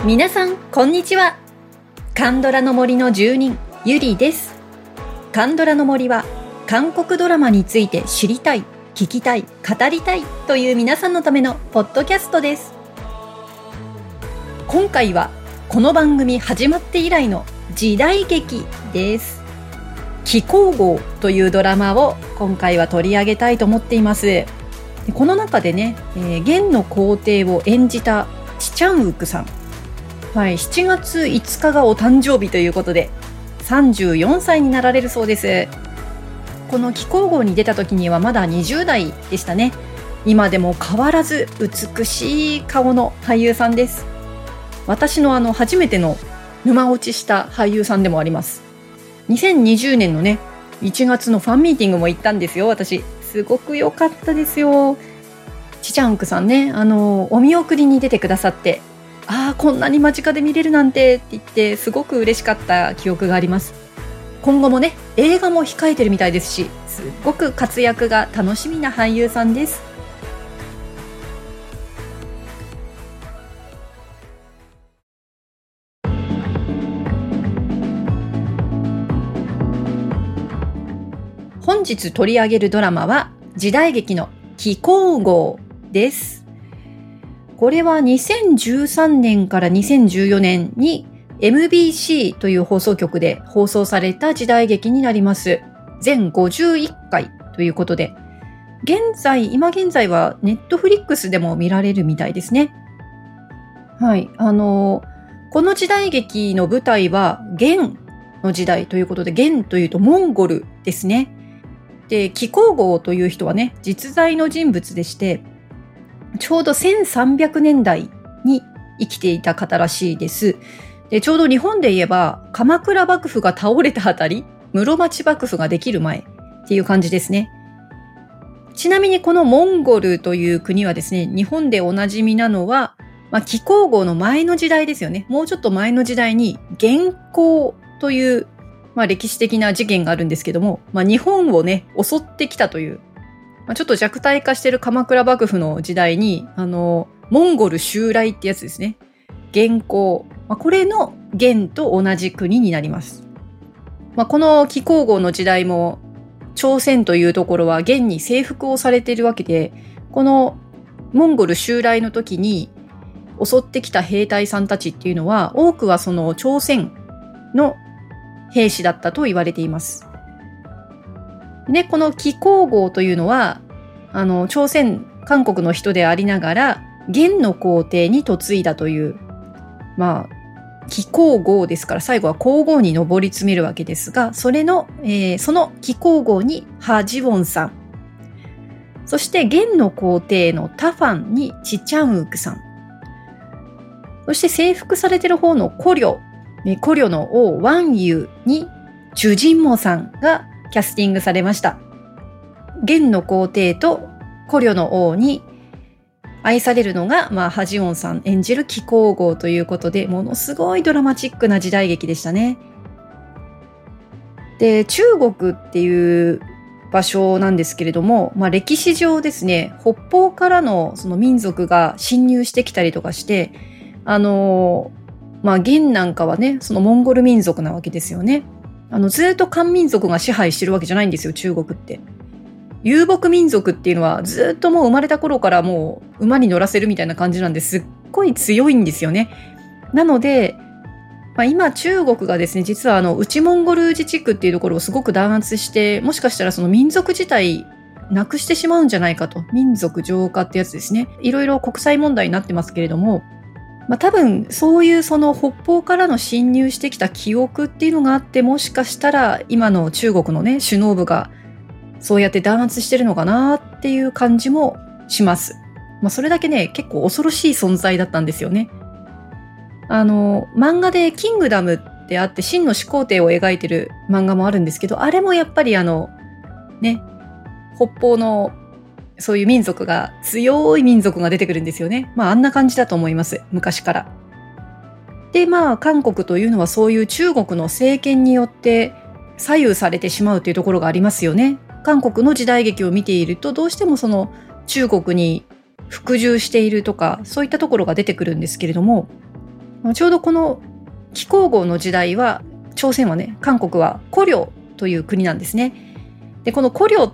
皆さんこんにちは。カンドラの森の住人ゆりです。カンドラの森は韓国ドラマについて知りたい、聞きたい、語りたいという皆さんのためのポッドキャストです。今回はこの番組始まって以来の時代劇です。紀行号というドラマを今回は取り上げたいと思っています。この中でね、元の皇帝を演じたチチャンウクさん、7月5日がお誕生日ということで34歳になられるそうです。この紀行号に出た時にはまだ20代でしたね。今でも変わらず美しい顔の俳優さんです。私の初めての沼落ちした俳優さんでもあります。2020年のね1月のファンミーティングも行ったんですよ。私すごく良かったですよ。チチャンウクさんね、お見送りに出てくださって、こんなに間近で見れるなんてって言ってすごく嬉しかった記憶があります。今後もね映画も控えてるみたいですし、すごく活躍が楽しみな俳優さんです。本日取り上げるドラマは時代劇の紀行号です。これは2013年から2014年に MBC という放送局で放送された時代劇になります。全51回ということで、今現在はネットフリックスでも見られるみたいですね。この時代劇の舞台は元の時代ということで、元というとモンゴルですね。で、紀行号という人はね、実在の人物でして、ちょうど1300年代に生きていた方らしいです。で、ちょうど日本で言えば鎌倉幕府が倒れたあたり、室町幕府ができる前っていう感じですね。ちなみにこのモンゴルという国はですね、日本でおなじみなのは、紀行号の前の時代ですよね。もうちょっと前の時代に元寇という、歴史的な事件があるんですけども、日本をね襲ってきたという、ちょっと弱体化している鎌倉幕府の時代にモンゴル襲来ってやつですね。元寇、これの元と同じ国になります。この紀行号の時代も朝鮮というところは元に征服をされているわけで、このモンゴル襲来の時に襲ってきた兵隊さんたちっていうのは多くはその朝鮮の兵士だったと言われています。で、この紀行号というのは朝鮮韓国の人でありながら元の皇帝に嫁いだという、紀行号ですから最後は皇后に上り詰めるわけですが、その紀行号にハジウォンさん、そして元の皇帝のタファンにチチャンウクさん、そして征服されている方のコリョの王ワンユーにチュジンモさんがキャスティングされました。元の皇帝とコリョの王に愛されるのが、ハジウォンさん演じる紀行号ということで、ものすごいドラマチックな時代劇でしたね。で、中国っていう場所なんですけれども、歴史上ですね、北方からのその民族が侵入してきたりとかして、元なんかはね、そのモンゴル民族なわけですよね。ずっと漢民族が支配してるわけじゃないんですよ、中国って。遊牧民族っていうのはずっともう生まれた頃からもう馬に乗らせるみたいな感じなんですっごい強いんですよね。なので、今中国がですね、実は内モンゴル自治区っていうところをすごく弾圧して、もしかしたらその民族自体なくしてしまうんじゃないかと、民族浄化ってやつですね。いろいろ国際問題になってますけれども、多分そういうその北方からの侵入してきた記憶っていうのがあって、もしかしたら今の中国のね首脳部がそうやって弾圧してるのかなっていう感じもします。それだけね結構恐ろしい存在だったんですよね。漫画でキングダムってあって、真の始皇帝を描いてる漫画もあるんですけど、あれもやっぱり北方のそういう民族が、強い民族が出てくるんですよね。あんな感じだと思います、昔から。で、韓国というのはそういう中国の政権によって左右されてしまうというところがありますよね。韓国の時代劇を見ていると、どうしてもその中国に服従しているとか、そういったところが出てくるんですけれども、 ちょうどこの気候号の時代は、朝鮮はね、韓国は古領という国なんですね。で、この古領って、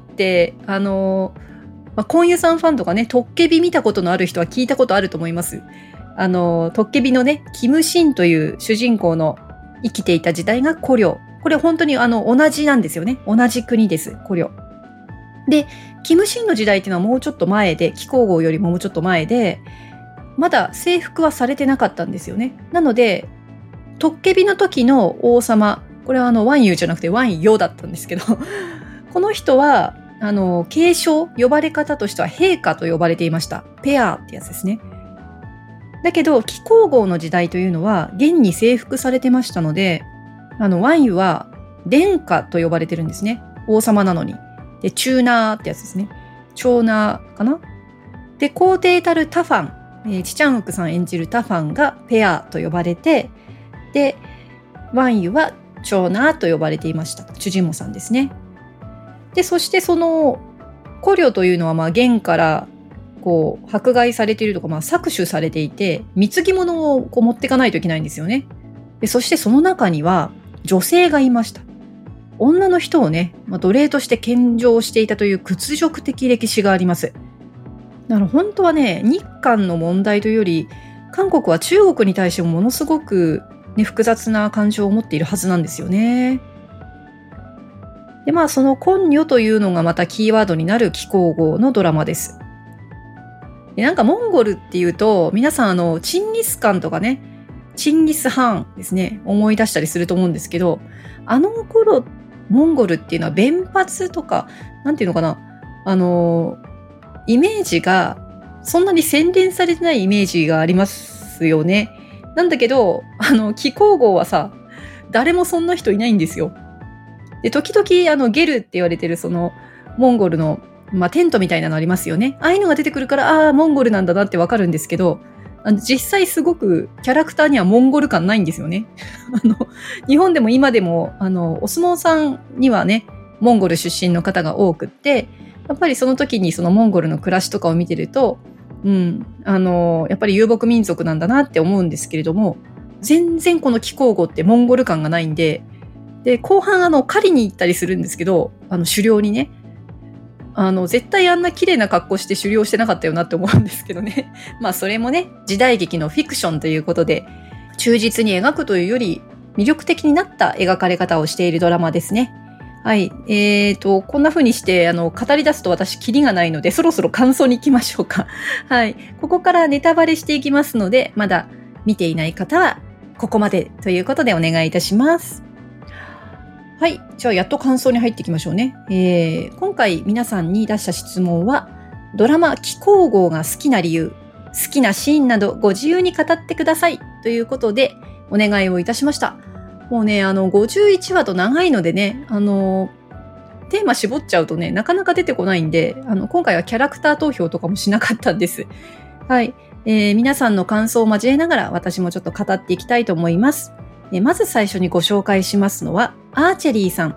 コンユさんファンとかね、トッケビ見たことのある人は聞いたことあると思います。トッケビのね、キムシンという主人公の生きていた時代が古領。これ本当に同じなんですよね。同じ国です、古領。で、キムシンの時代っていうのはもうちょっと前で、気候号よりももうちょっと前で、まだ征服はされてなかったんですよね。なので、トッケビの時の王様、これはワンユーじゃなくてワンヨだったんですけど、この人は、継承、呼ばれ方としては陛下と呼ばれていました。ペアってやつですね。だけど、気候号の時代というのは、現に征服されてましたので、ワンユは殿下と呼ばれてるんですね。王様なのに。で、チューナーってやつですね。長ナーかな。で、皇帝たるタファン、チチャンウクさん演じるタファンがペアと呼ばれて、で、ワンユは長ナーと呼ばれていました。チュジモさんですね。で、そしてその古領というのは元からこう迫害されているとか、搾取されていて、貢ぎ物をこう持っていかないといけないんですよね。で、そしてその中には女性がいました。女の人をね、奴隷として献上していたという屈辱的歴史があります。だから本当はね、日韓の問題というより、韓国は中国に対してもものすごく、ね、複雑な感情を持っているはずなんですよね。で、その今女というのがまたキーワードになる気候号のドラマです。で、なんかモンゴルっていうと、皆さんチンギスカンとかね、チンギス・ハーンですね、思い出したりすると思うんですけど、あの頃、モンゴルっていうのは弁髪とか、なんていうのかな、イメージがそんなに洗練されてないイメージがありますよね。なんだけど、気候号はさ、誰もそんな人いないんですよ。で、時々ゲルって言われてるそのモンゴルの、テントみたいなのありますよね。ああいうのが出てくるから、モンゴルなんだなってわかるんですけど、実際すごくキャラクターにはモンゴル感ないんですよね。日本でも今でも、お相撲さんにはね、モンゴル出身の方が多くって、やっぱりその時にそのモンゴルの暮らしとかを見てると、やっぱり遊牧民族なんだなって思うんですけれども、全然この気候号ってモンゴル感がないんで、で、後半狩りに行ったりするんですけど、狩猟にね、絶対あんな綺麗な格好して狩猟してなかったよなって思うんですけどね。それもね、時代劇のフィクションということで、忠実に描くというより、魅力的になった描かれ方をしているドラマですね。はい。こんな風にして、語り出すと私、キリがないので、そろそろ感想に行きましょうか。はい。ここからネタバレしていきますので、まだ見ていない方は、ここまでということでお願いいたします。はい。じゃあ、やっと感想に入っていきましょうね。今回皆さんに出した質問は、ドラマ気候号が好きな理由、好きなシーンなどご自由に語ってくださいということでお願いをいたしました。もうね、51話と長いのでね、テーマ絞っちゃうとね、なかなか出てこないんで、今回はキャラクター投票とかもしなかったんです。はい。皆さんの感想を交えながら私もちょっと語っていきたいと思います。まず最初にご紹介しますのは、アーチェリーさん。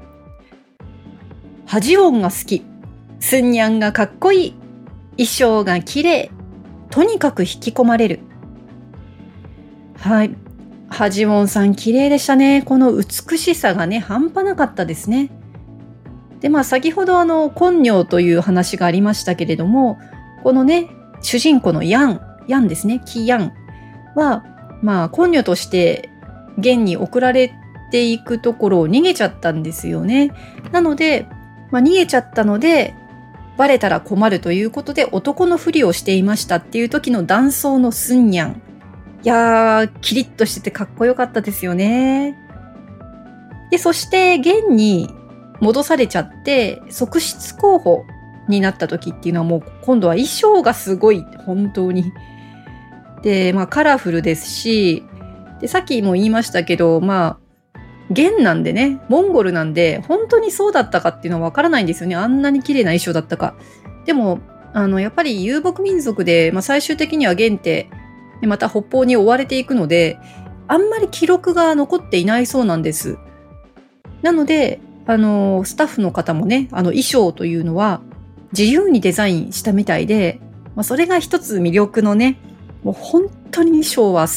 ハジウォンが好き。スンニャンがかっこいい。衣装が綺麗。とにかく引き込まれる。はい。ハジウォンさん綺麗でしたね。この美しさがね、半端なかったですね。で、先ほど今女という話がありましたけれども、このね、主人公のヤンですね、キヤンは、今女として現に送られていくところを逃げちゃったんですよね。なので、逃げちゃったので、バレたら困るということで男のふりをしていましたっていう時の男装のスンニャン。いやー、キリッとしててかっこよかったですよね。で、そして現に戻されちゃって側室候補になった時っていうのはもう今度は衣装がすごい、本当に。で、カラフルですし、で、さっきも言いましたけど、元なんでね、モンゴルなんで、本当にそうだったかっていうのはわからないんですよね。あんなに綺麗な衣装だったか。でも、やっぱり遊牧民族で、最終的には元って、また北方に追われていくので、あんまり記録が残っていないそうなんです。なので、スタッフの方もね、衣装というのは自由にデザインしたみたいで、それが一つ魅力のね、もう本当に衣装はすっ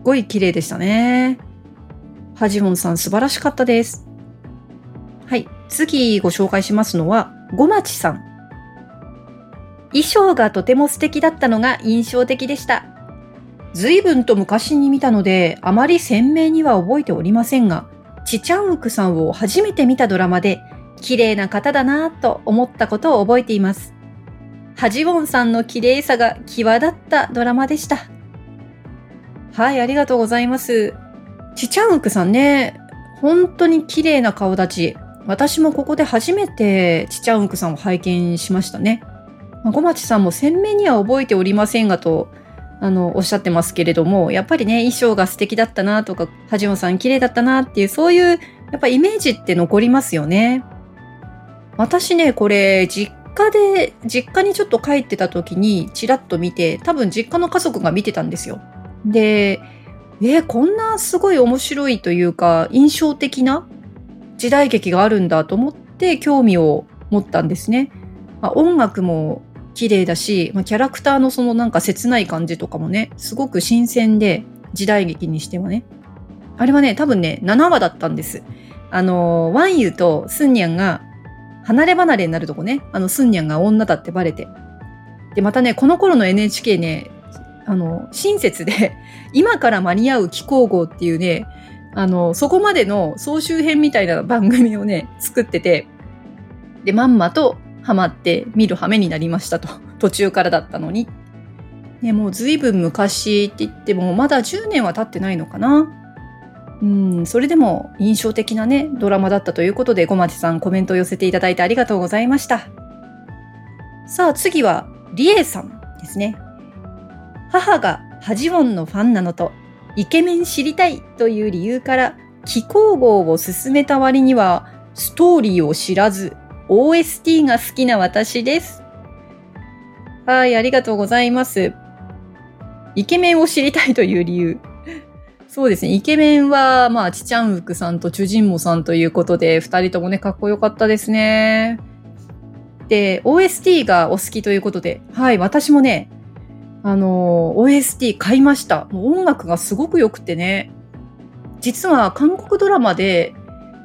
ごい綺麗でしたね。ハジウォンさん素晴らしかったです。はい、次ご紹介しますのはごまちさん。衣装がとても素敵だったのが印象的でした。随分と昔に見たのであまり鮮明には覚えておりませんが、チチャンウクさんを初めて見たドラマで綺麗な方だなぁと思ったことを覚えています。ハジウォンさんの綺麗さが際立ったドラマでした。はい、ありがとうございます。チチャンウクさんね、本当に綺麗な顔立ち。私もここで初めてチチャンウクさんを拝見しましたね。ごまちさんも鮮明には覚えておりませんがとおっしゃってますけれども、やっぱりね、衣装が素敵だったなとか、ハジウォンさん綺麗だったなっていう、そういうやっぱイメージって残りますよね。私ね、これ実家にちょっと帰ってた時にチラッと見て、多分実家の家族が見てたんですよ。で、こんなすごい面白いというか印象的な時代劇があるんだと思って興味を持ったんですね。音楽も綺麗だし、キャラクターのそのなんか切ない感じとかもね、すごく新鮮で、時代劇にしてはね。あれはね、多分ね、7話だったんです。ワンユとスンニャンが離れ離れになるとこね、スンニャンが女だってバレて。で、またね、この頃の NHK ね、親切で、今から間に合う気候号っていうね、そこまでの総集編みたいな番組をね、作ってて、で、まんまとハマって見る羽目になりましたと。途中からだったのに。ね、もう随分昔って言っても、まだ10年は経ってないのかな。それでも印象的なね、ドラマだったということで、ごまちさんコメントを寄せていただいてありがとうございました。さあ次は、リエさんですね。母がハジウォンのファンなのと、イケメン知りたいという理由から、気候号を勧めた割には、ストーリーを知らず、OST が好きな私です。はい、ありがとうございます。イケメンを知りたいという理由。そうですね、イケメンは、チチャンウクさんとチュジンモさんということで、二人ともね、かっこよかったですね。で、OST がお好きということで、はい、私もね、OST 買いました。もう音楽がすごく良くてね。実は韓国ドラマで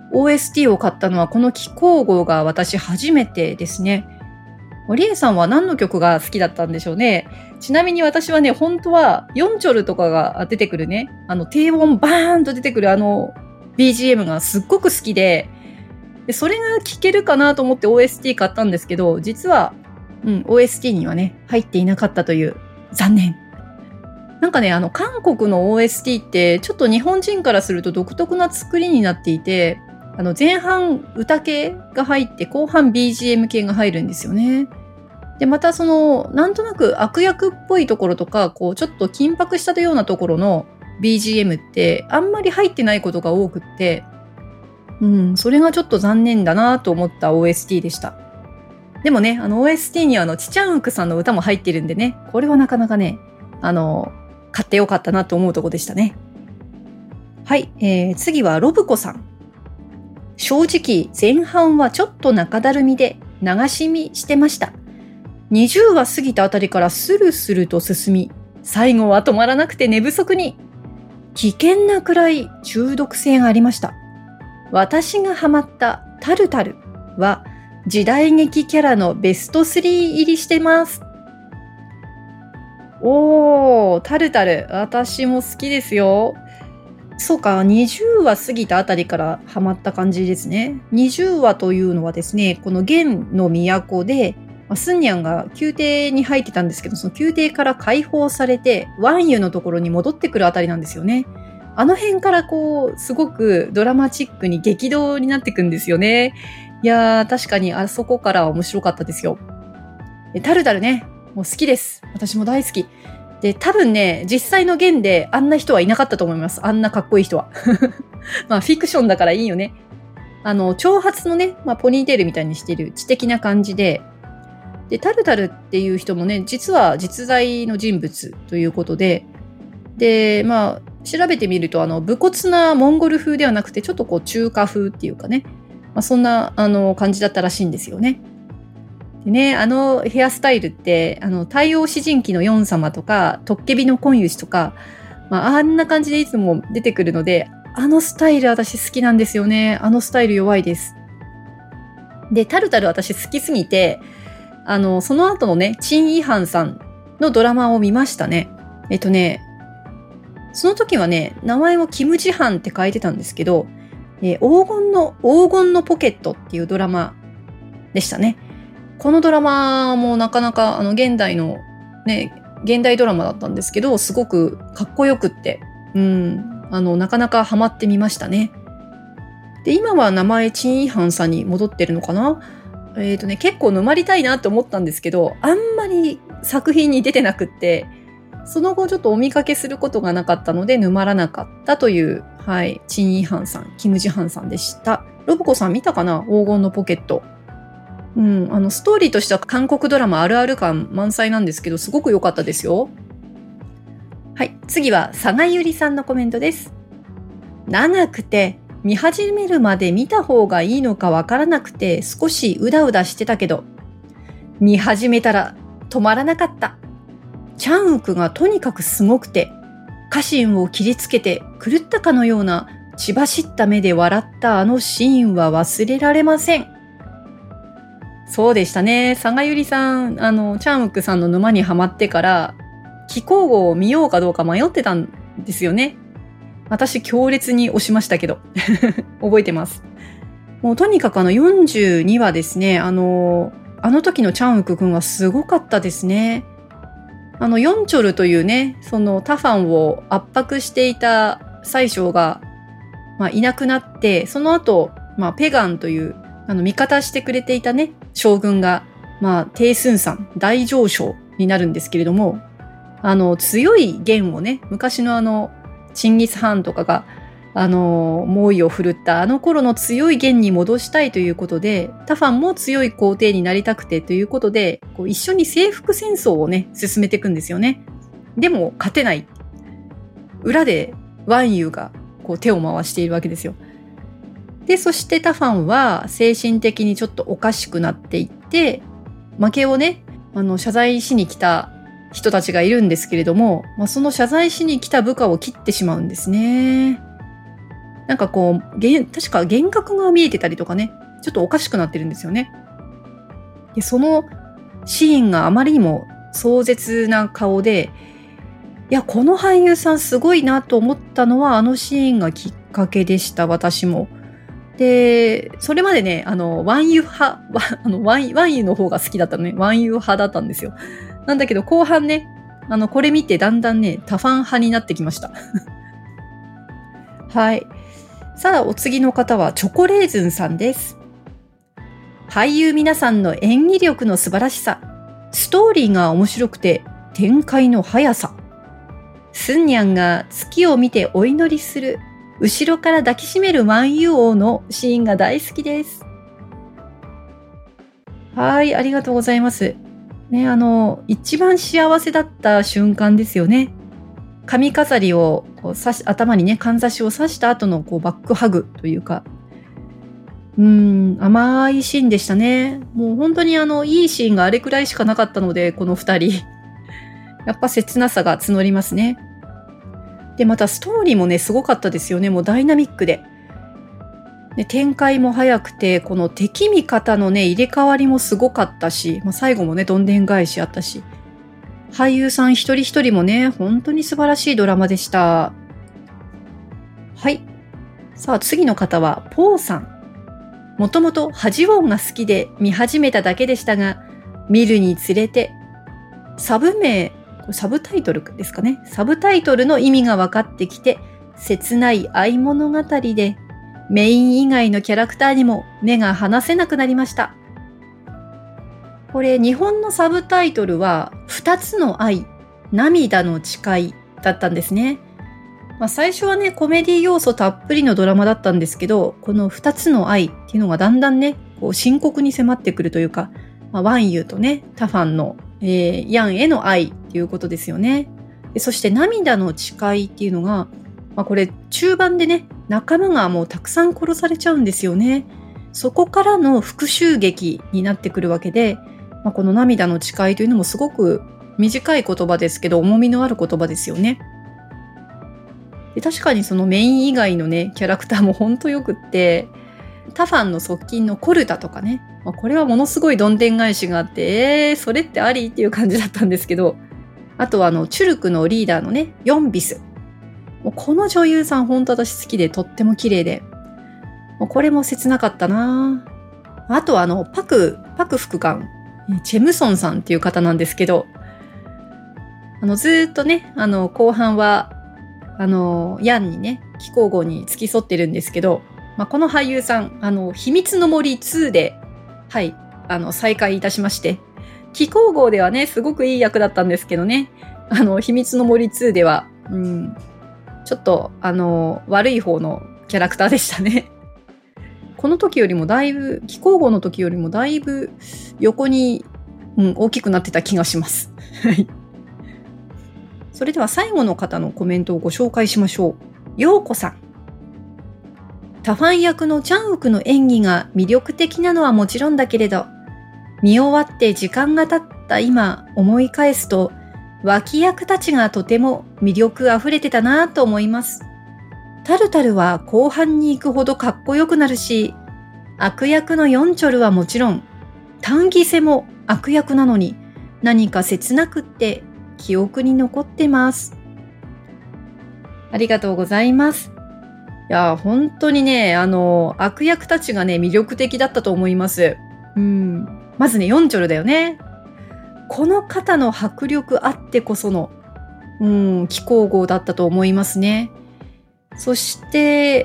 OST を買ったのはこの気候号が私初めてですね。リエさんは何の曲が好きだったんでしょうね。ちなみに私はね、本当はヨンチョルとかが出てくるね、低音バーンと出てくるBGM がすっごく好きで、それが聴けるかなと思って OST 買ったんですけど、実は、OST にはね、入っていなかったという、残念。なんかね、韓国の OST ってちょっと日本人からすると独特な作りになっていて、前半歌系が入って後半 BGM 系が入るんですよね。で、またなんとなく悪役っぽいところとか、こうちょっと緊迫したようなところの BGM ってあんまり入ってないことが多くって、それがちょっと残念だなと思った OST でした。でもね、OST にはチチャンウクさんの歌も入ってるんでね、これはなかなかね、買ってよかったなと思うとこでしたね。はい、次はロブコさん。正直、前半はちょっと中だるみで流し見してました。20話過ぎたあたりからスルスルと進み、最後は止まらなくて寝不足に。危険なくらい中毒性がありました。私がハマったタルタルは時代劇キャラのベスト3入りしてます。タルタル。私も好きですよ。そうか、20話過ぎたあたりからハマった感じですね。20話というのはですね、この元の都で、スンニャンが宮廷に入ってたんですけど、その宮廷から解放されて、ワンユのところに戻ってくるあたりなんですよね。あの辺からすごくドラマチックに激動になっていくんですよね。いやー、確かにあそこからは面白かったですよ。タルタルね、もう好きです。私も大好き。で、多分ね、実際の現であんな人はいなかったと思います。あんなかっこいい人は。フィクションだからいいよね。長髪のね、ポニーテールみたいにしてる知的な感じで、タルタルっていう人もね、実は実在の人物ということで、で、調べてみると、武骨なモンゴル風ではなくて、ちょっと中華風っていうかね、そんな、感じだったらしいんですよね。でね、ヘアスタイルって、太陽詩人記のヨン様とか、トッケビのコンユシとか、 あんな感じでいつも出てくるので、あのスタイル私好きなんですよね。あのスタイル弱いです。で、タルタル私好きすぎて、その後のね、チン・イハンさんのドラマを見ましたね。その時はね、名前をキム・ジハンって書いてたんですけど、黄金のポケットっていうドラマでしたね。このドラマもなかなか現代ドラマだったんですけど、すごくかっこよくって、なかなかハマってみましたね。で、今は名前チン・イハンさんに戻ってるのかな？結構沼りたいなって思ったんですけど、あんまり作品に出てなくって、その後ちょっとお見かけすることがなかったので沼らなかったという、チン・イハンさん、キム・ジハンさんでした。ロボコさん見たかな？黄金のポケット。ストーリーとしては韓国ドラマあるある感満載なんですけど、すごく良かったですよ。はい、次は佐賀ゆりさんのコメントです。長くて見始めるまで見た方がいいのかわからなくて少しうだうだしてたけど、見始めたら止まらなかった。チャンウクがとにかくすごくて、家臣を切りつけて狂ったかのような血走った目で笑ったあのシーンは忘れられません。そうでしたね。佐賀ゆりさん、チャンウクさんの沼にはまってから、気候号を見ようかどうか迷ってたんですよね。私強烈に推しましたけど。覚えてます。もうとにかく42話ですね。あの時のチャンウクくんはすごかったですね。ヨンチョルというね、そのタファンを圧迫していた宰相が、いなくなって、その後、ペガンという、味方してくれていたね、将軍が、テイスンさん、大上将になるんですけれども、強い元をね、昔のチンギス・ハンとかが、猛威を振るった頃の強い元に戻したいということで、タファンも強い皇帝になりたくてということで、一緒に征服戦争をね、進めていくんですよね。でも勝てない。裏でワンユーが手を回しているわけですよ。で、そしてタファンは精神的にちょっとおかしくなっていって、負けをね、謝罪しに来た人たちがいるんですけれども、その謝罪しに来た部下を切ってしまうんですね。なんか確か幻覚が見えてたりとかね、ちょっとおかしくなってるんですよね。で、そのシーンがあまりにも壮絶な顔で、いや、この俳優さんすごいなと思ったのは、シーンがきっかけでした、私も。で、それまでね、ワンユ派、ワンユの方が好きだったのね、ワンユ派だったんですよ。なんだけど、後半ね、これ見てだんだんね、タファン派になってきました。はい。さあ、お次の方はチョコレーズンさんです。俳優皆さんの演技力の素晴らしさ、ストーリーが面白くて展開の速さ、スンニャンが月を見てお祈りする、後ろから抱きしめるワンユー王のシーンが大好きです。はい、ありがとうございます。ね、一番幸せだった瞬間ですよね。髪飾りを頭にね、かんざしを刺した後のバックハグというか、甘いシーンでしたね。もう本当にいいシーンがあれくらいしかなかったので、この二人。やっぱ切なさが募りますね。で、またストーリーもね、すごかったですよね。もうダイナミックで。で、展開も早くて、この敵味方のね、入れ替わりもすごかったし、最後もね、どんでん返しあったし、俳優さん一人一人もね、本当に素晴らしいドラマでした。はい。さあ、次の方は、ポーさん。もともとハジウォンが好きで見始めただけでしたが、見るにつれて、サブタイトルですかね。サブタイトルの意味が分かってきて、切ない愛物語で、メイン以外のキャラクターにも目が離せなくなりました。これ、日本のサブタイトルは、二つの愛、涙の誓いだったんですね。最初はね、コメディ要素たっぷりのドラマだったんですけど、この二つの愛っていうのがだんだんね、深刻に迫ってくるというか、ワンユーとね、タファンの、ヤンへの愛っていうことですよね。で、そして涙の誓いっていうのが、これ中盤でね、仲間がもうたくさん殺されちゃうんですよね。そこからの復讐劇になってくるわけで、この涙の誓いというのもすごく短い言葉ですけど、重みのある言葉ですよね。 で、確かにそのメイン以外のね、キャラクターもほんとよくって、タファンの側近のコルタとかね、これはものすごいどんでん返しがあって、それってありっていう感じだったんですけど、あとはチュルクのリーダーのね、ヨンビス。もうこの女優さんほんと私好きでとっても綺麗で、もうこれも切なかったな。あとはパク副官、チェムソンさんっていう方なんですけど、ずーっとね、後半は、ヤンにね、気候号に付き添ってるんですけど、この俳優さん、秘密の森2で、はい、再会いたしまして、気候号ではね、すごくいい役だったんですけどね、秘密の森2では、ちょっと、悪い方のキャラクターでしたね。この時よりもだいぶ、気候号の時よりもだいぶ横に、大きくなってた気がします。はい。それでは最後の方のコメントをご紹介しましょう。ようこさん。タファン役のチャンウクの演技が魅力的なのはもちろんだけれど、見終わって時間が経った今思い返すと、脇役たちがとても魅力あふれてたなぁと思います。タルタルは後半に行くほどかっこよくなるし、悪役のヨンチョルはもちろん、タンギセも悪役なのに何か切なくって記憶に残ってます。ありがとうございます。いや、本当にね、悪役たちがね、魅力的だったと思います。まずね、ヨンチョルだよね。この方の迫力あってこその、気候号だったと思いますね。そして、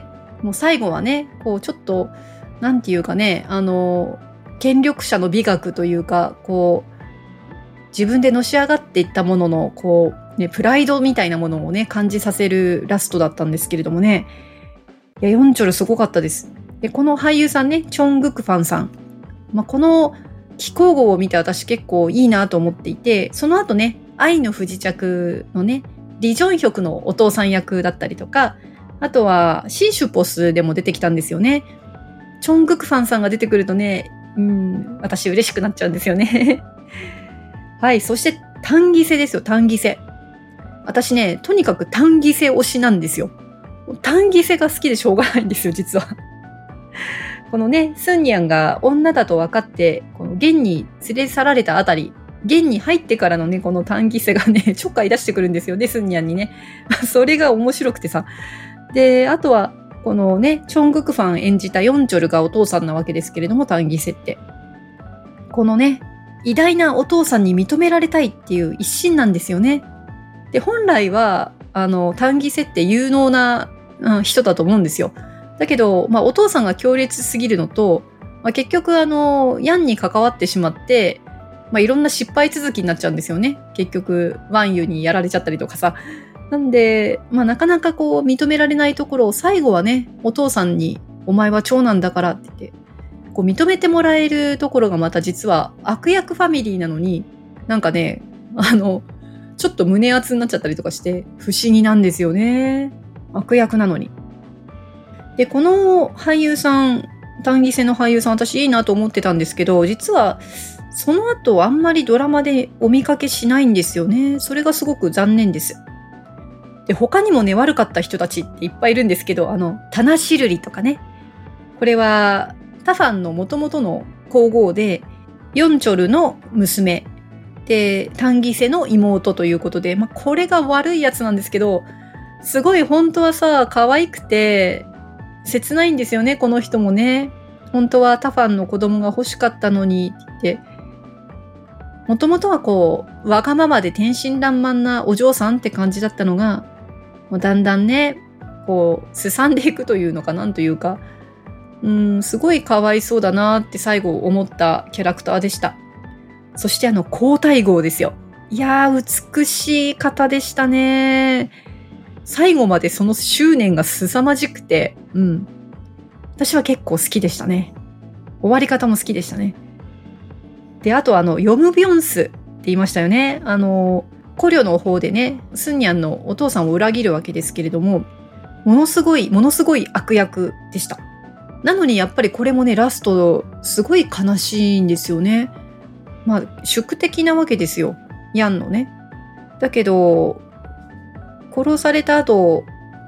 もう最後はね、こうちょっと、なんていうかね、権力者の美学というか、こう、自分でのし上がっていったものの、こう、ね、プライドみたいなものをね、感じさせるラストだったんですけれどもね。いや、ヨンチョルすごかったです。で、この俳優さんね、チョン・グクファンさん。この気候号を見て私結構いいなと思っていて、その後ね、愛の不時着のね、リ・ジョンヒョクのお父さん役だったりとか、あとはシーシュポスでも出てきたんですよね。チョン・グクファンさんが出てくるとね、私嬉しくなっちゃうんですよね。はい、そして単義セですよ、単義セ。私ね、とにかく単義セ推しなんですよ。単義セが好きでしょうがないんですよ、実は。このね、スンニャンが女だと分かって、このゲンに連れ去られたあたり、ゲンに入ってからのね、この単義セがね、ちょっかい出してくるんですよね、スンニャンにね。それが面白くてさ。で、あとは、このね、チョングクファン演じたヨンチョルがお父さんなわけですけれども、単義セって。このね、偉大なお父さんに認められたいっていう一心なんですよね。で、本来は、単義セって有能な、人だと思うんですよ。だけど、お父さんが強烈すぎるのと、結局、ヤンに関わってしまって、いろんな失敗続きになっちゃうんですよね。結局、ワンユにやられちゃったりとかさ。なんで、なかなかこう、認められないところを最後はね、お父さんに、お前は長男だからって言って、こう認めてもらえるところがまた実は悪役ファミリーなのに、なんかね、ちょっと胸熱になっちゃったりとかして不思議なんですよね。悪役なのに。で、この俳優さん、単義性の俳優さん私いいなと思ってたんですけど、実はその後あんまりドラマでお見かけしないんですよね。それがすごく残念です。で、他にもね、悪かった人たちっていっぱいいるんですけど、タナシルリとかね。これは、タファンの元々の皇后で、ヨンチョルの娘、で、タンギセの妹ということで、これが悪いやつなんですけど、すごい本当はさ、可愛くて、切ないんですよね、この人もね。本当はタファンの子供が欲しかったのに、って。もともとはこう、わがままで天真爛漫なお嬢さんって感じだったのが、もうだんだんね、こう、すさんでいくというのかなんというか、すごいかわいそうだなって最後思ったキャラクターでした。そして皇太后ですよ。いやー、美しい方でしたね。最後までその執念が凄まじくて、私は結構好きでしたね。終わり方も好きでしたね。で、あとヨムビョンスって言いましたよね。コリョの方でね、スンニャンのお父さんを裏切るわけですけれども、ものすごい悪役でした。なのにやっぱりこれもね、ラスト、すごい悲しいんですよね。宿敵なわけですよ。ヤンのね。だけど、殺された後、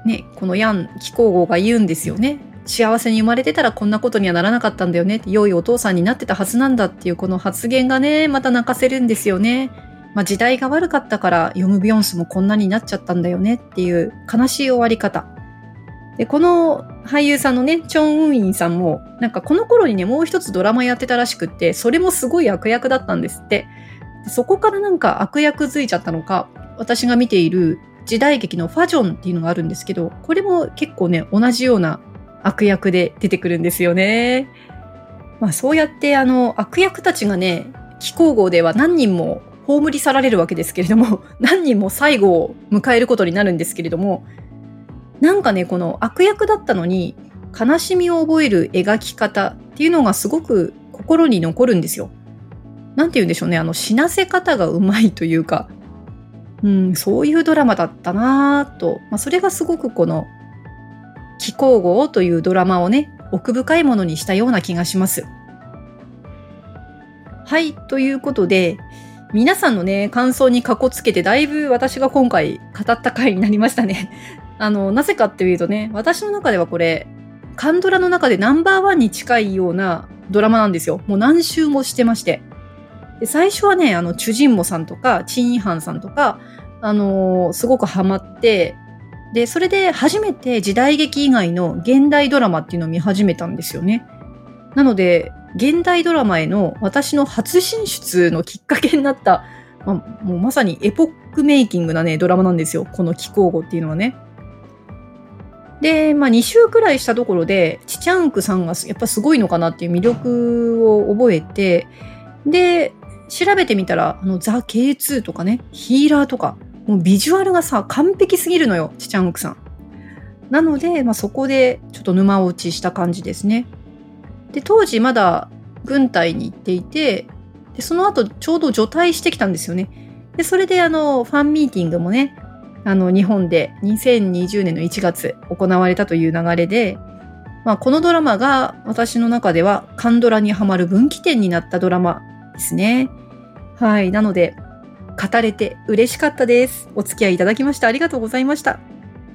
ね、このヤン・キコウゴが言うんですよね。幸せに生まれてたらこんなことにはならなかったんだよねって、良いお父さんになってたはずなんだっていうこの発言がね、また泣かせるんですよね。時代が悪かったからヨム・ビヨンスもこんなになっちゃったんだよねっていう悲しい終わり方。で、この俳優さんのね、チョン・ウンインさんも、なんかこの頃にね、もう一つドラマやってたらしくって、それもすごい悪役だったんですって。でそこからなんか悪役づいちゃったのか、私が見ている時代劇のファジョンっていうのがあるんですけど、これも結構ね、同じような悪役で出てくるんですよね。そうやって悪役たちがね、キコウゴでは何人も葬り去られるわけですけれども、何人も最後を迎えることになるんですけれども、なんかね、この悪役だったのに悲しみを覚える描き方っていうのがすごく心に残るんですよ。なんて言うんでしょうね、死なせ方がうまいというか、そういうドラマだったなぁと、それがすごくこのキコウゴというドラマをね、奥深いものにしたような気がします。はい、ということで、皆さんのね、感想にかこつけてだいぶ私が今回語った回になりましたね。なぜかっていうとね、私の中ではこれ、カンドラの中でナンバーワンに近いようなドラマなんですよ。もう何周もしてまして。で最初はね、チュジンモさんとか、チンイハンさんとか、すごくハマって、で、それで初めて時代劇以外の現代ドラマっていうのを見始めたんですよね。なので、現代ドラマへの私の初進出のきっかけになった、もうまさにエポックメイキングなね、ドラマなんですよ。このキコウゴっていうのはね。で、2週くらいしたところで、チチャンクさんがやっぱすごいのかなっていう魅力を覚えて、で、調べてみたら、ザ・ K2 とかね、ヒーラーとか、もうビジュアルがさ、完璧すぎるのよ、チチャンクさん。なので、そこでちょっと沼落ちした感じですね。で、当時まだ軍隊に行っていて、でその後ちょうど除隊してきたんですよね。で、それでファンミーティングもね、日本で2020年の1月行われたという流れで、このドラマが私の中ではカンドラにハマる分岐点になったドラマですね。はい。なので、語れて嬉しかったです。お付き合いいただきましてありがとうございました。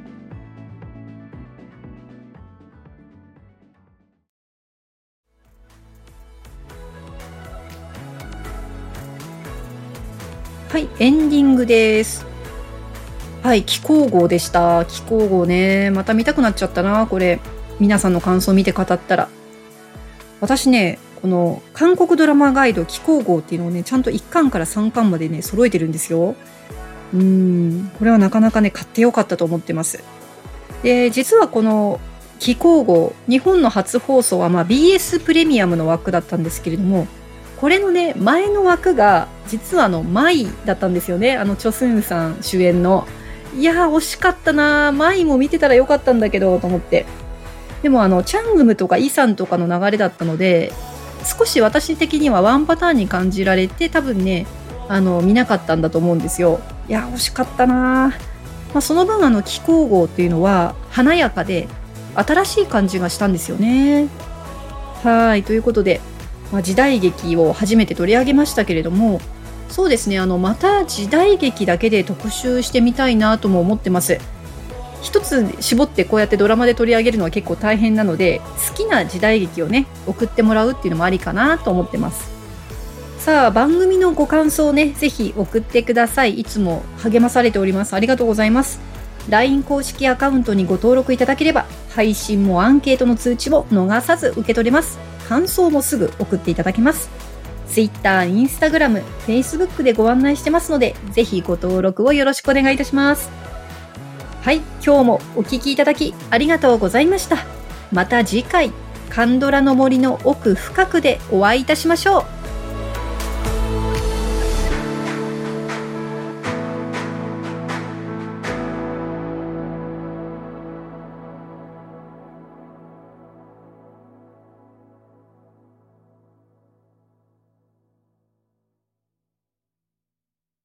はい、エンディングです。はい、キコウゴでした。キコウゴね、また見たくなっちゃったな、これ。皆さんの感想を見て語ったら。私ね、この韓国ドラマガイドキコウゴっていうのをね、ちゃんと1巻から3巻までね、揃えてるんですよ。これはなかなかね、買ってよかったと思ってます。で、実はこのキコウゴ、日本の初放送はBS プレミアムの枠だったんですけれども、これのね、前の枠が実はマイだったんですよね。チョスンさん主演の。いやー惜しかったなー。マイも見てたらよかったんだけどと思って。でもチャングムとかイさんとかの流れだったので、少し私的にはワンパターンに感じられて、多分ね、見なかったんだと思うんですよ。いやー惜しかったなー。その分キコウゴっていうのは華やかで新しい感じがしたんですよね。はい、ということで、時代劇を初めて取り上げましたけれども、そうですね、また時代劇だけで特集してみたいなとも思ってます。一つ絞ってこうやってドラマで取り上げるのは結構大変なので、好きな時代劇をね、送ってもらうっていうのもありかなと思ってます。さあ、番組のご感想をね、ぜひ送ってください。いつも励まされております。ありがとうございます。LINE 公式アカウントにご登録いただければ、配信もアンケートの通知も逃さず受け取れます。感想もすぐ送っていただけます。Twitter、Instagram、Facebook でご案内してますので、ぜひご登録をよろしくお願いいたします。はい、今日もお聞きいただきありがとうございました。また次回、カンドラの森の奥深くでお会いいたしましょう。